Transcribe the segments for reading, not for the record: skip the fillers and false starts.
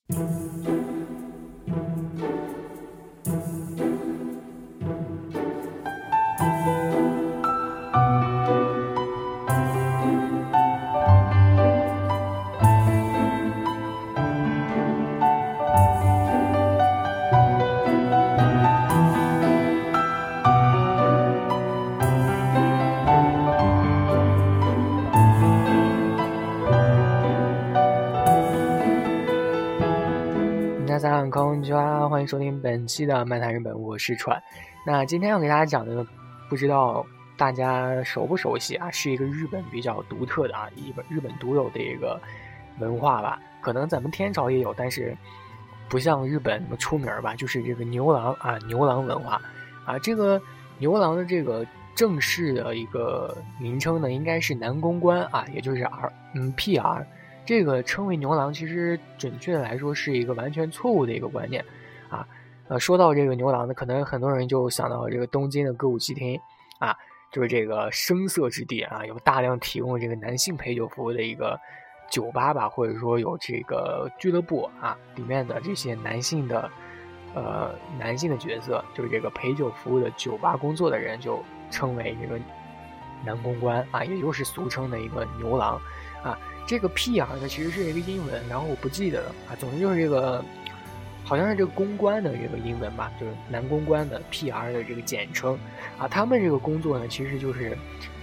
大家好，こんにちは，欢迎收听本期的漫谈日本，我是川。那今天要给大家讲的，不知道大家熟不熟悉啊？是一个日本比较独特的日本独有的一个文化吧。可能咱们天朝也有，但是不像日本那么出名吧。就是这个牛郎文化啊。这个牛郎的这个正式的一个名称呢，应该是男公关啊，也就是PR。这个称为牛郎，其实准确的来说是一个完全错误的一个观念啊。说到这个牛郎呢，可能很多人就想到这个东京的歌舞伎町啊，就是这个声色之地啊，有大量提供这个男性陪酒服务的一个酒吧吧，或者说有这个俱乐部啊，里面的这些男性的角色，就是这个陪酒服务的酒吧工作的人，就称为这个男公关啊，也就是俗称的一个牛郎啊。这个 PR 呢，其实是一个英文，然后我不记得了啊。总之就是这个，好像是这个公关的这个英文吧，就是男公关的 PR 的这个简称啊。他们这个工作呢，其实就是，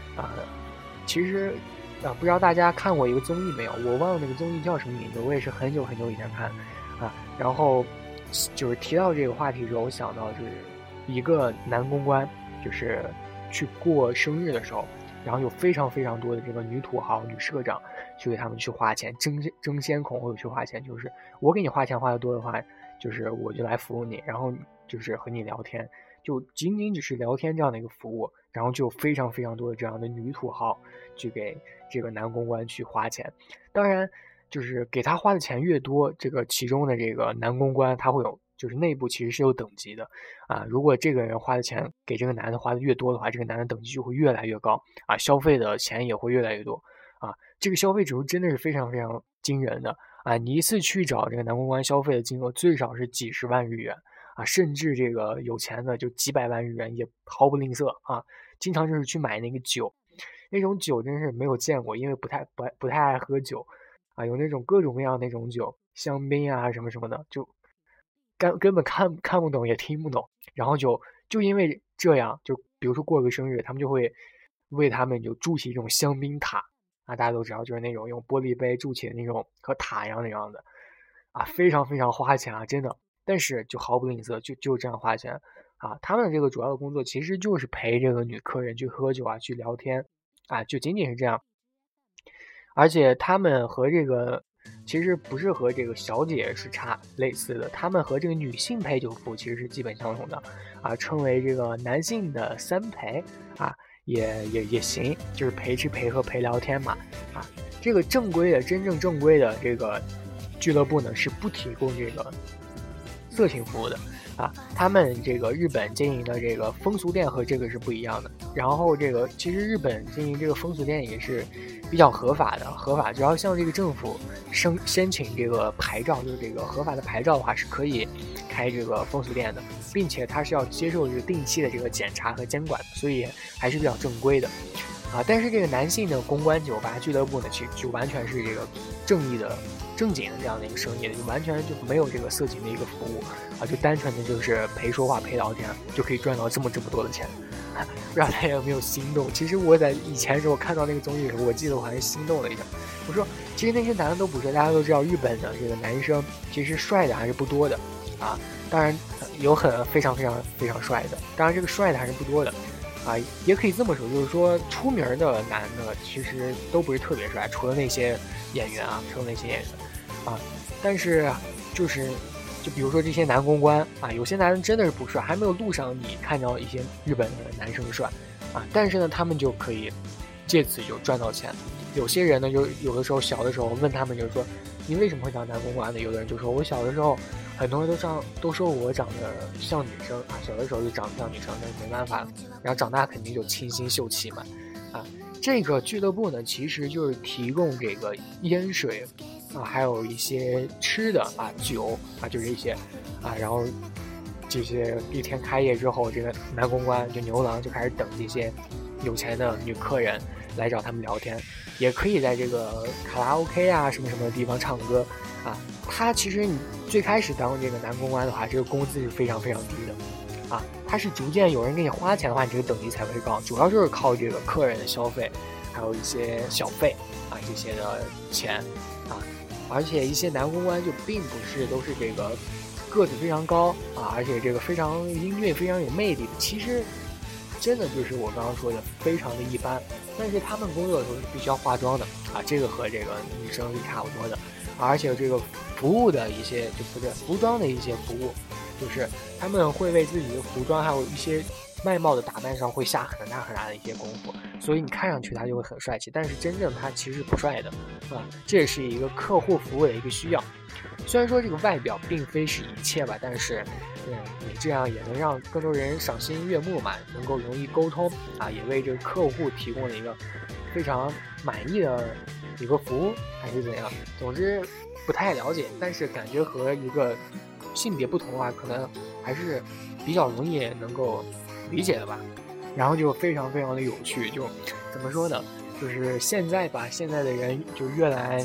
不知道大家看过一个综艺没有？我忘了那个综艺叫什么名字，我也是很久很久以前看啊。然后就是提到这个话题之后，我想到就是一个男公关，就是去过生日的时候。然后有非常非常多的这个女土豪、女社长去给他们去花钱，争先恐后的去花钱，就是我给你花钱花的多的话，就是我就来服务你，然后就是和你聊天，就仅仅只是聊天这样的一个服务，然后就有非常非常多的这样的女土豪去给这个男公关去花钱。当然就是给他花的钱越多，这个其中的这个男公关他会有就是内部其实是有等级的啊，如果这个人花的钱给这个男的花的越多的话，这个男的等级就会越来越高啊，消费的钱也会越来越多啊，这个消费指数真的是非常非常惊人的啊！你一次去找这个男公关消费的金额最少是几十万日元啊，甚至这个有钱的就几百万日元也毫不吝啬啊，经常就是去买那个酒，那种酒真是没有见过，因为不太爱喝酒啊，有那种各种各样那种酒，香槟啊什么什么的，就根本看不懂也听不懂，然后就因为这样，就比如说过个生日，他们就会为他们就筑起一种香槟塔啊，大家都知道，就是那种用玻璃杯筑起的那种和塔一样那样的啊，非常非常花钱啊，真的，但是就毫不吝啬，就这样花钱啊。他们这个主要的工作其实就是陪这个女客人去喝酒啊，去聊天啊，就仅仅是这样。而且他们和这个其实不是和这个小姐是类似的，他们和这个女性陪酒服其实是基本相同的啊，称为这个男性的三陪啊，也行，就是陪吃陪喝陪聊天嘛啊。这个真正正规的这个俱乐部呢是不提供这个色情服务的啊，他们这个日本经营的这个风俗店和这个是不一样的。然后这个其实日本经营这个风俗店也是比较合法的，只要向这个政府先请这个牌照，就是这个合法的牌照的话，是可以开这个风俗店的，并且它是要接受这个定期的这个检查和监管的，所以还是比较正规的啊。但是这个男性的公关酒吧俱乐部呢，其实就完全是这个正经的这样的一个生意，就完全就没有这个色情的一个服务啊，就单纯的就是陪说话陪聊天就可以赚到这么多的钱。不知道大家有没有心动？其实我在以前的时候看到那个综艺的时候，我记得我还是心动了一下。我说，其实那些男的都不是，大家都知道日本的这个男生其实帅的还是不多的啊。当然有非常非常非常帅的，当然这个帅的还是不多的啊。也可以这么说，就是说出名的男的其实都不是特别帅，除了那些演员啊，但是就比如说这些男公关啊，有些男人真的是不帅，还没有路上你看到一些日本的男生帅啊，但是呢，他们就可以借此就赚到钱。有些人呢，就有的时候小的时候问他们，就是说你为什么会当男公关的？有的人就说我小的时候，很多人都说我长得像女生啊，小的时候就长得像女生，但是没办法，然后长大肯定就清新秀气嘛啊。这个俱乐部呢，其实就是提供这个烟水啊，还有一些吃的啊，酒啊，就这些啊，然后这些一天开业之后，这个男公关就牛郎就开始等这些有钱的女客人来找他们聊天，也可以在这个卡拉 OK 啊什么什么的地方唱歌啊。他其实你最开始当这个男公关的话，这个工资是非常非常低的啊。他是逐渐有人给你花钱的话，你这个等级才会高，主要就是靠这个客人的消费，还有一些小费啊这些的钱啊。而且一些男公关就并不是都是这个个子非常高啊，而且这个非常英俊、非常有魅力的，其实真的就是我刚刚说的非常的一般。但是他们工作的时候是必须要化妆的啊，这个和这个女生是差不多的。而且这个服务的一些就不是服装的一些服务，就是他们会为自己的服装还有一些外貌的打扮上会下很大很大的一些功夫，所以你看上去他就会很帅气，但是真正他其实是不帅的啊。这也是一个客户服务的一个需要。虽然说这个外表并非是一切吧，但是你这样也能让更多人赏心悦目嘛，能够容易沟通啊，也为这个客户提供了一个非常满意的一个服务还是怎样。总之不太了解，但是感觉和一个性别不同的话，可能还是比较容易能够理解的吧。然后就非常非常的有趣，就怎么说呢，就是现在吧，现在的人就越来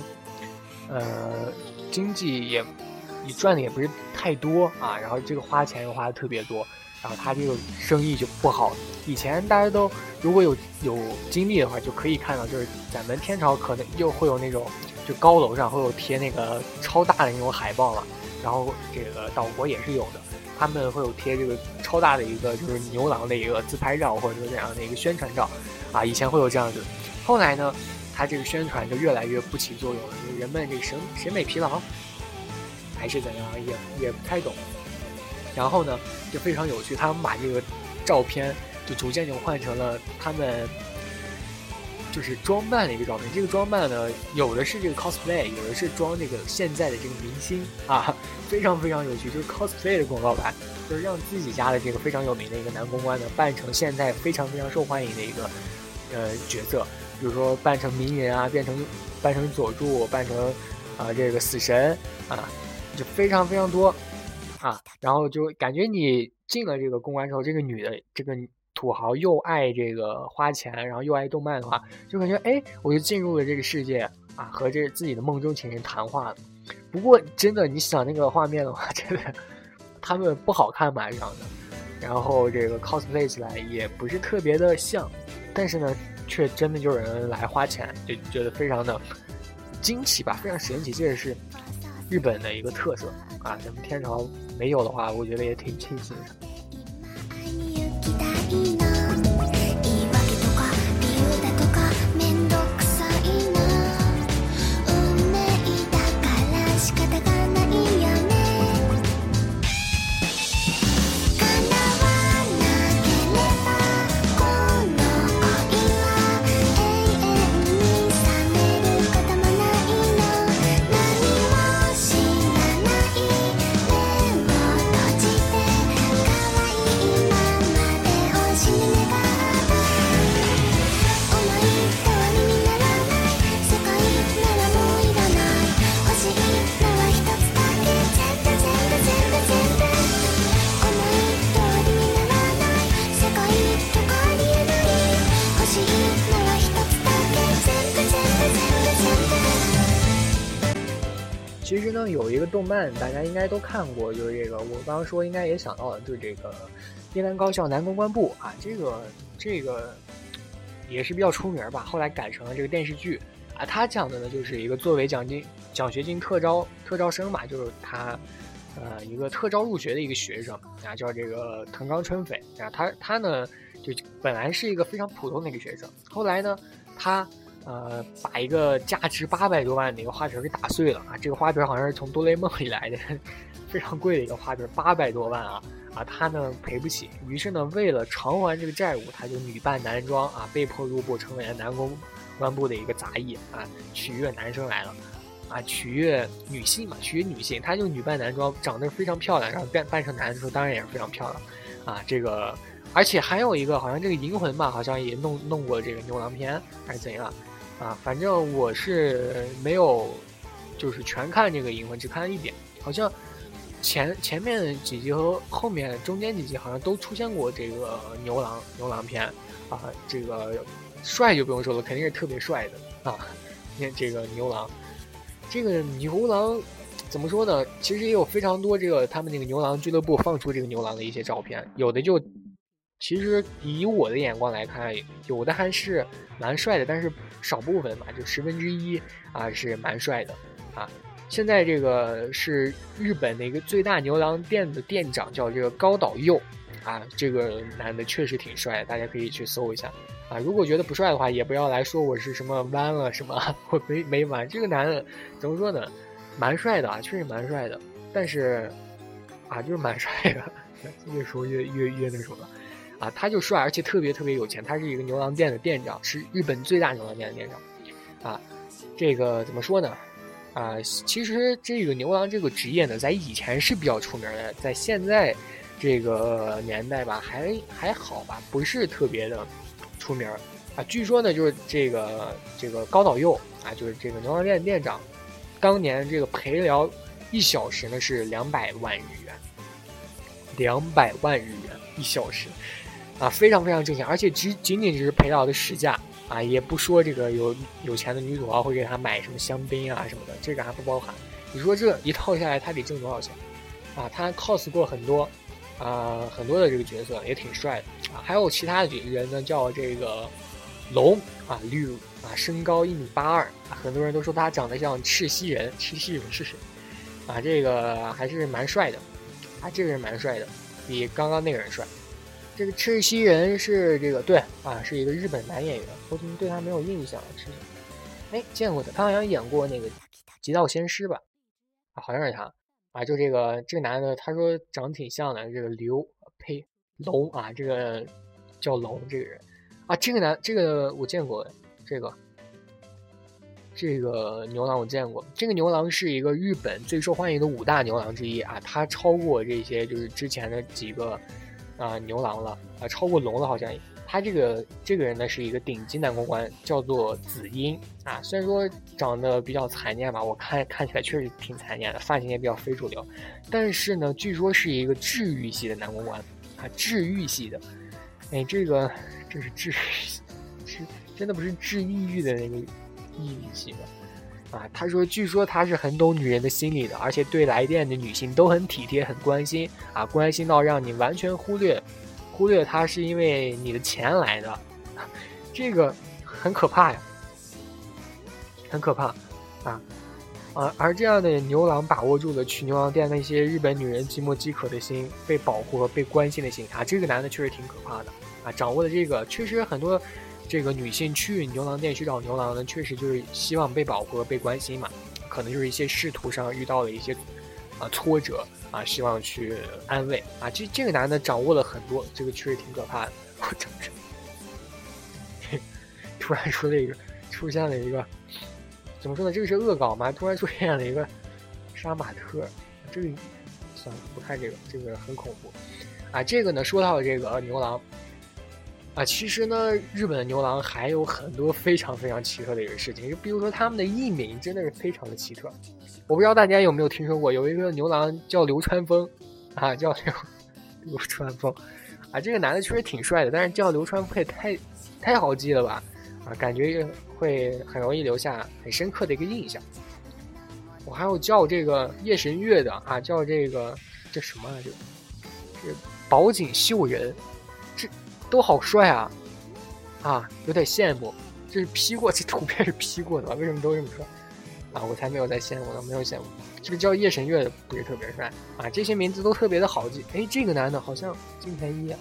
经济也赚的也不是太多啊，然后这个花钱又花的特别多，然后他这个生意就不好。以前大家都如果有经历的话，就可以看到，就是咱们天朝可能又会有那种就高楼上会有贴那个超大的那种海报嘛，然后这个岛国也是有的，他们会有贴这个超大的一个就是牛郎的一个自拍照或者说这样的一个宣传照啊，以前会有这样子。后来呢，它这个宣传就越来越不起作用了，就是人们这个审美疲劳还是怎样也不太懂。然后呢就非常有趣，他们把这个照片就逐渐就换成了他们就是装扮的一个照片。这个装扮呢，有的是这个 cosplay， 有的是装这个现在的这个明星啊，非常非常有趣。就是 cosplay 的广告牌，就是让自己家的这个非常有名的一个男公关呢，扮成现在非常非常受欢迎的一个角色，比如说扮成鸣人啊，扮成佐助，扮成这个死神啊，就非常非常多啊。然后就感觉你进了这个公关之后，这个女的这个土豪又爱这个花钱，然后又爱动漫的话，就感觉我就进入了这个世界啊，和这自己的梦中情人谈话了。不过真的你想那个画面的话，真的他们不好看嘛这样的，然后这个 cosplay 起来也不是特别的像，但是呢却真的就有人来花钱，就觉得非常的惊奇吧，非常神奇。这也是日本的一个特色啊，咱们天朝没有的话，我觉得也挺庆幸的。其实呢，有一个动漫大家应该都看过，就是这个我刚刚说应该也想到了，就是这个夜南高校男公关部啊，这个也是比较出名吧，后来改成了这个电视剧啊。他讲的呢就是一个作为奖学金特招生嘛，就是他一个特招入学的一个学生啊，叫这个藤冈春斐啊。他呢就本来是一个非常普通的一个学生，后来呢他把一个价值800多万的一个花瓶给打碎了啊！这个花瓶好像是从哆啦 A 梦里来的，非常贵的一个花瓶，800多万啊！他呢赔不起，于是呢为了偿还这个债务，他就女扮男装啊，被迫入部，成为了男公关部的一个杂役啊，取悦男生来了啊，取悦女性嘛，取悦女性，他就女扮男装，长得非常漂亮，然后扮成男的时候当然也是非常漂亮啊，这个。而且还有一个好像这个银魂吧，好像也弄过这个牛郎片还是怎样啊？反正我是没有就是全看这个银魂，只看了一点，好像前面几集和后面中间几集好像都出现过这个牛郎篇啊，这个帅就不用说了，肯定是特别帅的啊。你看这个牛郎怎么说呢？其实也有非常多这个他们那个牛郎俱乐部放出这个牛郎的一些照片，有的就其实以我的眼光来看，有的还是蛮帅的，但是少部分吧，就1/10啊是蛮帅的啊。现在这个是日本的一个最大牛郎店的店长，叫这个高岛佑啊，这个男的确实挺帅的，大家可以去搜一下啊。如果觉得不帅的话，也不要来说我是什么弯了什么，我没弯。这个男的怎么说呢？蛮帅的啊，确实蛮帅的，但是啊，就是蛮帅的，越说越那什么了啊，他就帅，而且特别有钱，他是一个牛郎店的店长，是日本最大牛郎店的店长啊。这个怎么说呢？啊，其实这个牛郎这个职业呢，在以前是比较出名的，在现在这个年代吧，还好吧，不是特别的出名啊。据说呢，就是这个高岛佑啊，就是这个牛郎店的店长。当年这个陪聊1小时呢是200万日元，200万日元1小时，啊，非常挣钱，而且仅仅只是陪聊的时价啊，也不说这个有钱的女主会给他买什么香槟啊什么的，这个还不包含。你说这一套下来他得挣多少钱啊？他 cos 过很多的这个角色，也挺帅的啊。还有其他的人呢，叫这个龙啊绿啊，身高1.82米啊，很多人都说他长得像赤西仁是谁啊？这个还是蛮帅的啊，这个人蛮帅的，比刚刚那个人帅。这个赤西仁是这个对啊，是一个日本男演员，我怎么对他没有印象？哎，见过的，他好像演过那个《极道鲜师》吧？啊，好像是他啊，就这个男的，他说长挺像的，这个龙啊，这个叫龙这个人啊，这个我见过的。这个牛郎我见过，这个牛郎是一个日本最受欢迎的5大牛郎之一啊，他超过这些就是之前的几个牛郎了啊，超过龙了好像。他这个人呢是一个顶级男公关，叫做紫英啊，虽然说长得比较残念吧，我看起来确实挺残念的，发型也比较非主流，但是呢，据说是一个治愈系的男公关啊，治愈系的，哎，这是治真的不是治抑郁的那个抑郁系的啊。他说，据说他是很懂女人的心理的，而且对来电的女性都很体贴、很关心啊，关心到让你完全忽略他是因为你的钱来的，这个很可怕呀，很可怕啊。而这样的牛郎把握住了去牛郎店那些日本女人寂寞饥渴的心，被保护和被关心的心啊，这个男的确实挺可怕的啊，掌握了这个，确实很多这个女性去牛郎店去找牛郎呢，确实就是希望被保护和被关心嘛，可能就是一些仕途上遇到了一些挫折啊，希望去安慰啊，这个男的掌握了很多，这个确实挺可怕的。我整个突然出现了一个怎么说呢？这个是恶搞吗？突然出现了一个杀马特，这个算了，不看这个很恐怖啊。这个呢，说到这个牛郎啊，其实呢，日本的牛郎还有很多非常奇特的一个事情，就比如说他们的艺名真的是非常的奇特。我不知道大家有没有听说过，有一个牛郎叫流川枫啊，叫流川枫啊，这个男的确实挺帅的，但是叫流川枫也太好记了吧啊，感觉会很容易留下很深刻的一个印象。我还有叫这个夜神月的啊，叫这什么啊，这宝井秀人，这都好帅啊，有点羡慕。这是 P 过，这图片是 P 过的吧？为什么都这么帅啊？我才没有在羡慕呢，没有羡慕。这个叫夜神月的不是特别帅啊，这些名字都特别的好记。哎，这个男的好像金田一啊，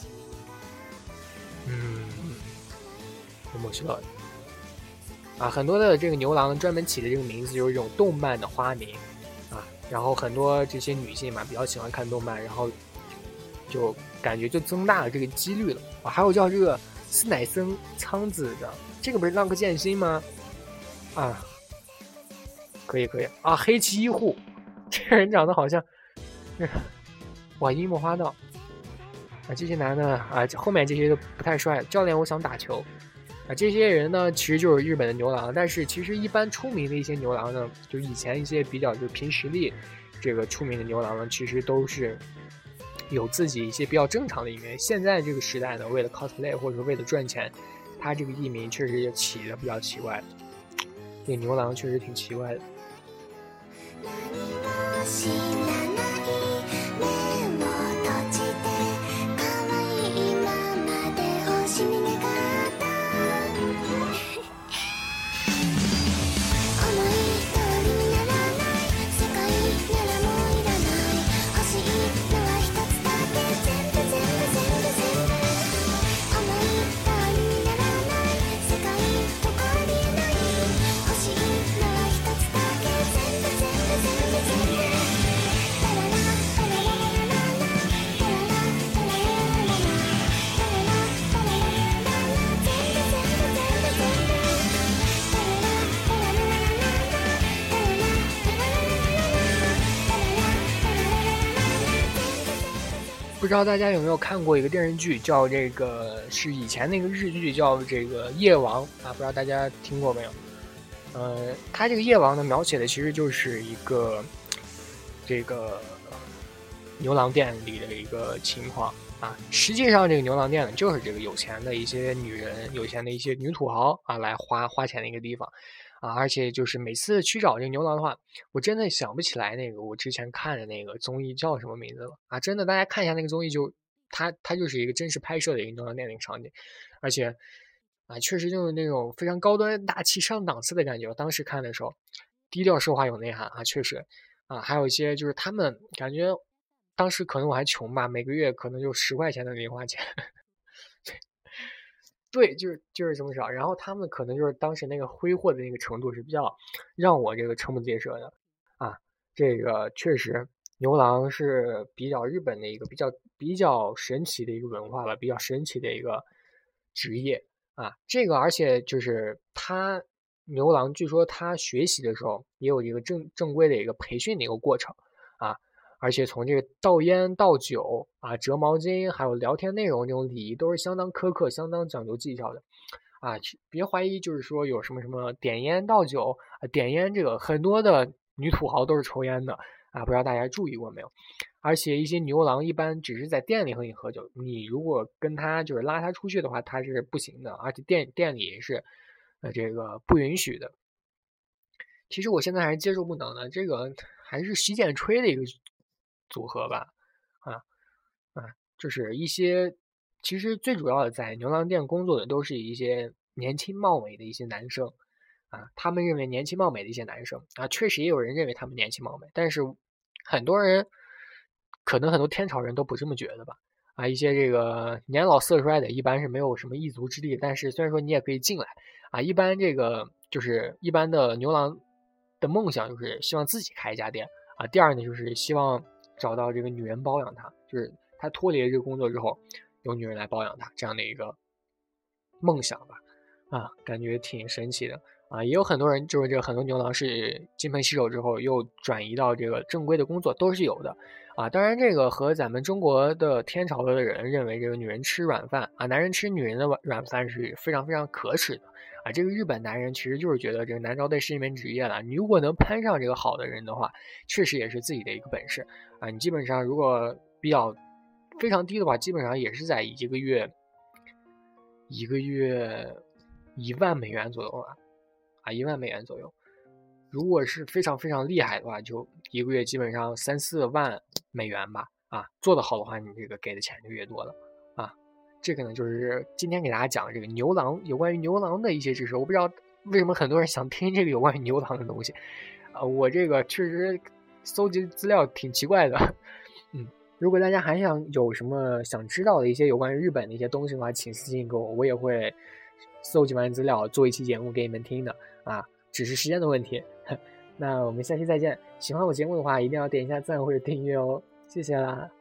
有没有知道的？啊，很多的这个牛郎专门起的这个名字就是这种动漫的花名啊，然后很多这些女性嘛比较喜欢看动漫，然后就感觉就增大了这个几率了啊。还有叫这个斯乃森苍子的，这个不是浪客剑心吗？啊，可以啊，黑崎一护，这个人长得好像，哇，樱木花道啊，这些男的啊，后面这些都不太帅。教练，我想打球这些人呢其实就是日本的牛郎，但是其实一般出名的一些牛郎呢，就以前一些比较就是凭实力这个出名的牛郎呢，其实都是有自己一些比较正常的一面。现在这个时代呢，为了 cosplay 或者说为了赚钱，他这个艺名确实也起的比较奇怪，这个牛郎确实挺奇怪的。不知道大家有没有看过一个电视剧，叫这个是以前那个日剧叫这个夜王啊，不知道大家听过没有？他这个夜王呢描写的其实就是一个这个牛郎店里的一个情况啊。实际上这个牛郎店呢就是这个有钱的一些女人、有钱的一些女土豪啊来花钱的一个地方。啊，而且就是每次去找这个牛郎的话，我真的想不起来那个我之前看的那个综艺叫什么名字了啊！真的，大家看一下那个综艺就，它就是一个真实拍摄的一个牛郎店的一个场景，而且啊，确实就是那种非常高端大气上档次的感觉。我当时看的时候，低调奢华有内涵啊，确实啊，还有一些就是他们感觉当时可能我还穷吧，每个月可能就10块钱的零花钱。对，就是这么少，然后他们可能就是当时那个挥霍的那个程度是比较让我这个瞠目结舌的啊。这个确实，牛郎是比较日本的一个比较神奇的一个文化吧，比较神奇的一个职业啊。这个而且就是他牛郎，据说他学习的时候也有一个正规的一个培训的一个过程啊。而且从这个倒烟、倒酒啊、折毛巾，还有聊天内容这种礼仪，都是相当苛刻、相当讲究技巧的啊！别怀疑，就是说有什么点烟倒酒啊，点烟这个很多的女土豪都是抽烟的啊，不知道大家注意过没有？而且一些牛郎一般只是在店里和你喝酒，你如果跟他就是拉他出去的话，他是不行的，而且店里也是这个不允许的。其实我现在还是接受不能的，这个还是洗剪吹的一个组合吧，啊啊，就是一些其实最主要的在牛郎店工作的都是一些年轻貌美的一些男生啊，他们认为年轻貌美的一些男生啊，确实也有人认为他们年轻貌美，但是很多人可能很多天朝人都不这么觉得吧。啊，一些这个年老色衰的，一般是没有什么一足之力，但是虽然说你也可以进来啊，一般这个就是一般的牛郎的梦想就是希望自己开一家店啊。第二呢，就是希望找到这个女人包养他，就是他脱离了这个工作之后，有女人来包养他这样的一个梦想吧。啊，感觉挺神奇的啊。也有很多人就是这个很多牛郎是金盆洗手之后又转移到这个正规的工作，都是有的啊。当然，这个和咱们中国的天朝的人认为这个女人吃软饭啊，男人吃女人的软饭是非常非常可耻的。啊，这个日本男人其实就是觉得这个男招待是一门职业了，你如果能攀上这个好的人的话，确实也是自己的一个本事啊。你基本上如果比较非常低的话，基本上也是在一个月$10,000左右吧，啊，$10,000左右。如果是非常非常厉害的话，就一个月基本上$3-4万吧，啊，做得好的话，你这个给的钱就越多了啊。这个呢，就是今天给大家讲的这个牛郎，有关于牛郎的一些知识。我不知道为什么很多人想听这个有关于牛郎的东西，啊，我这个确实搜集资料挺奇怪的，如果大家还有什么想知道的一些有关于日本的一些东西的话，请私信给我，我也会搜集完资料做一期节目给你们听的啊，只是时间的问题。那我们下期再见，喜欢我节目的话，一定要点一下赞或者订阅哦，谢谢啦。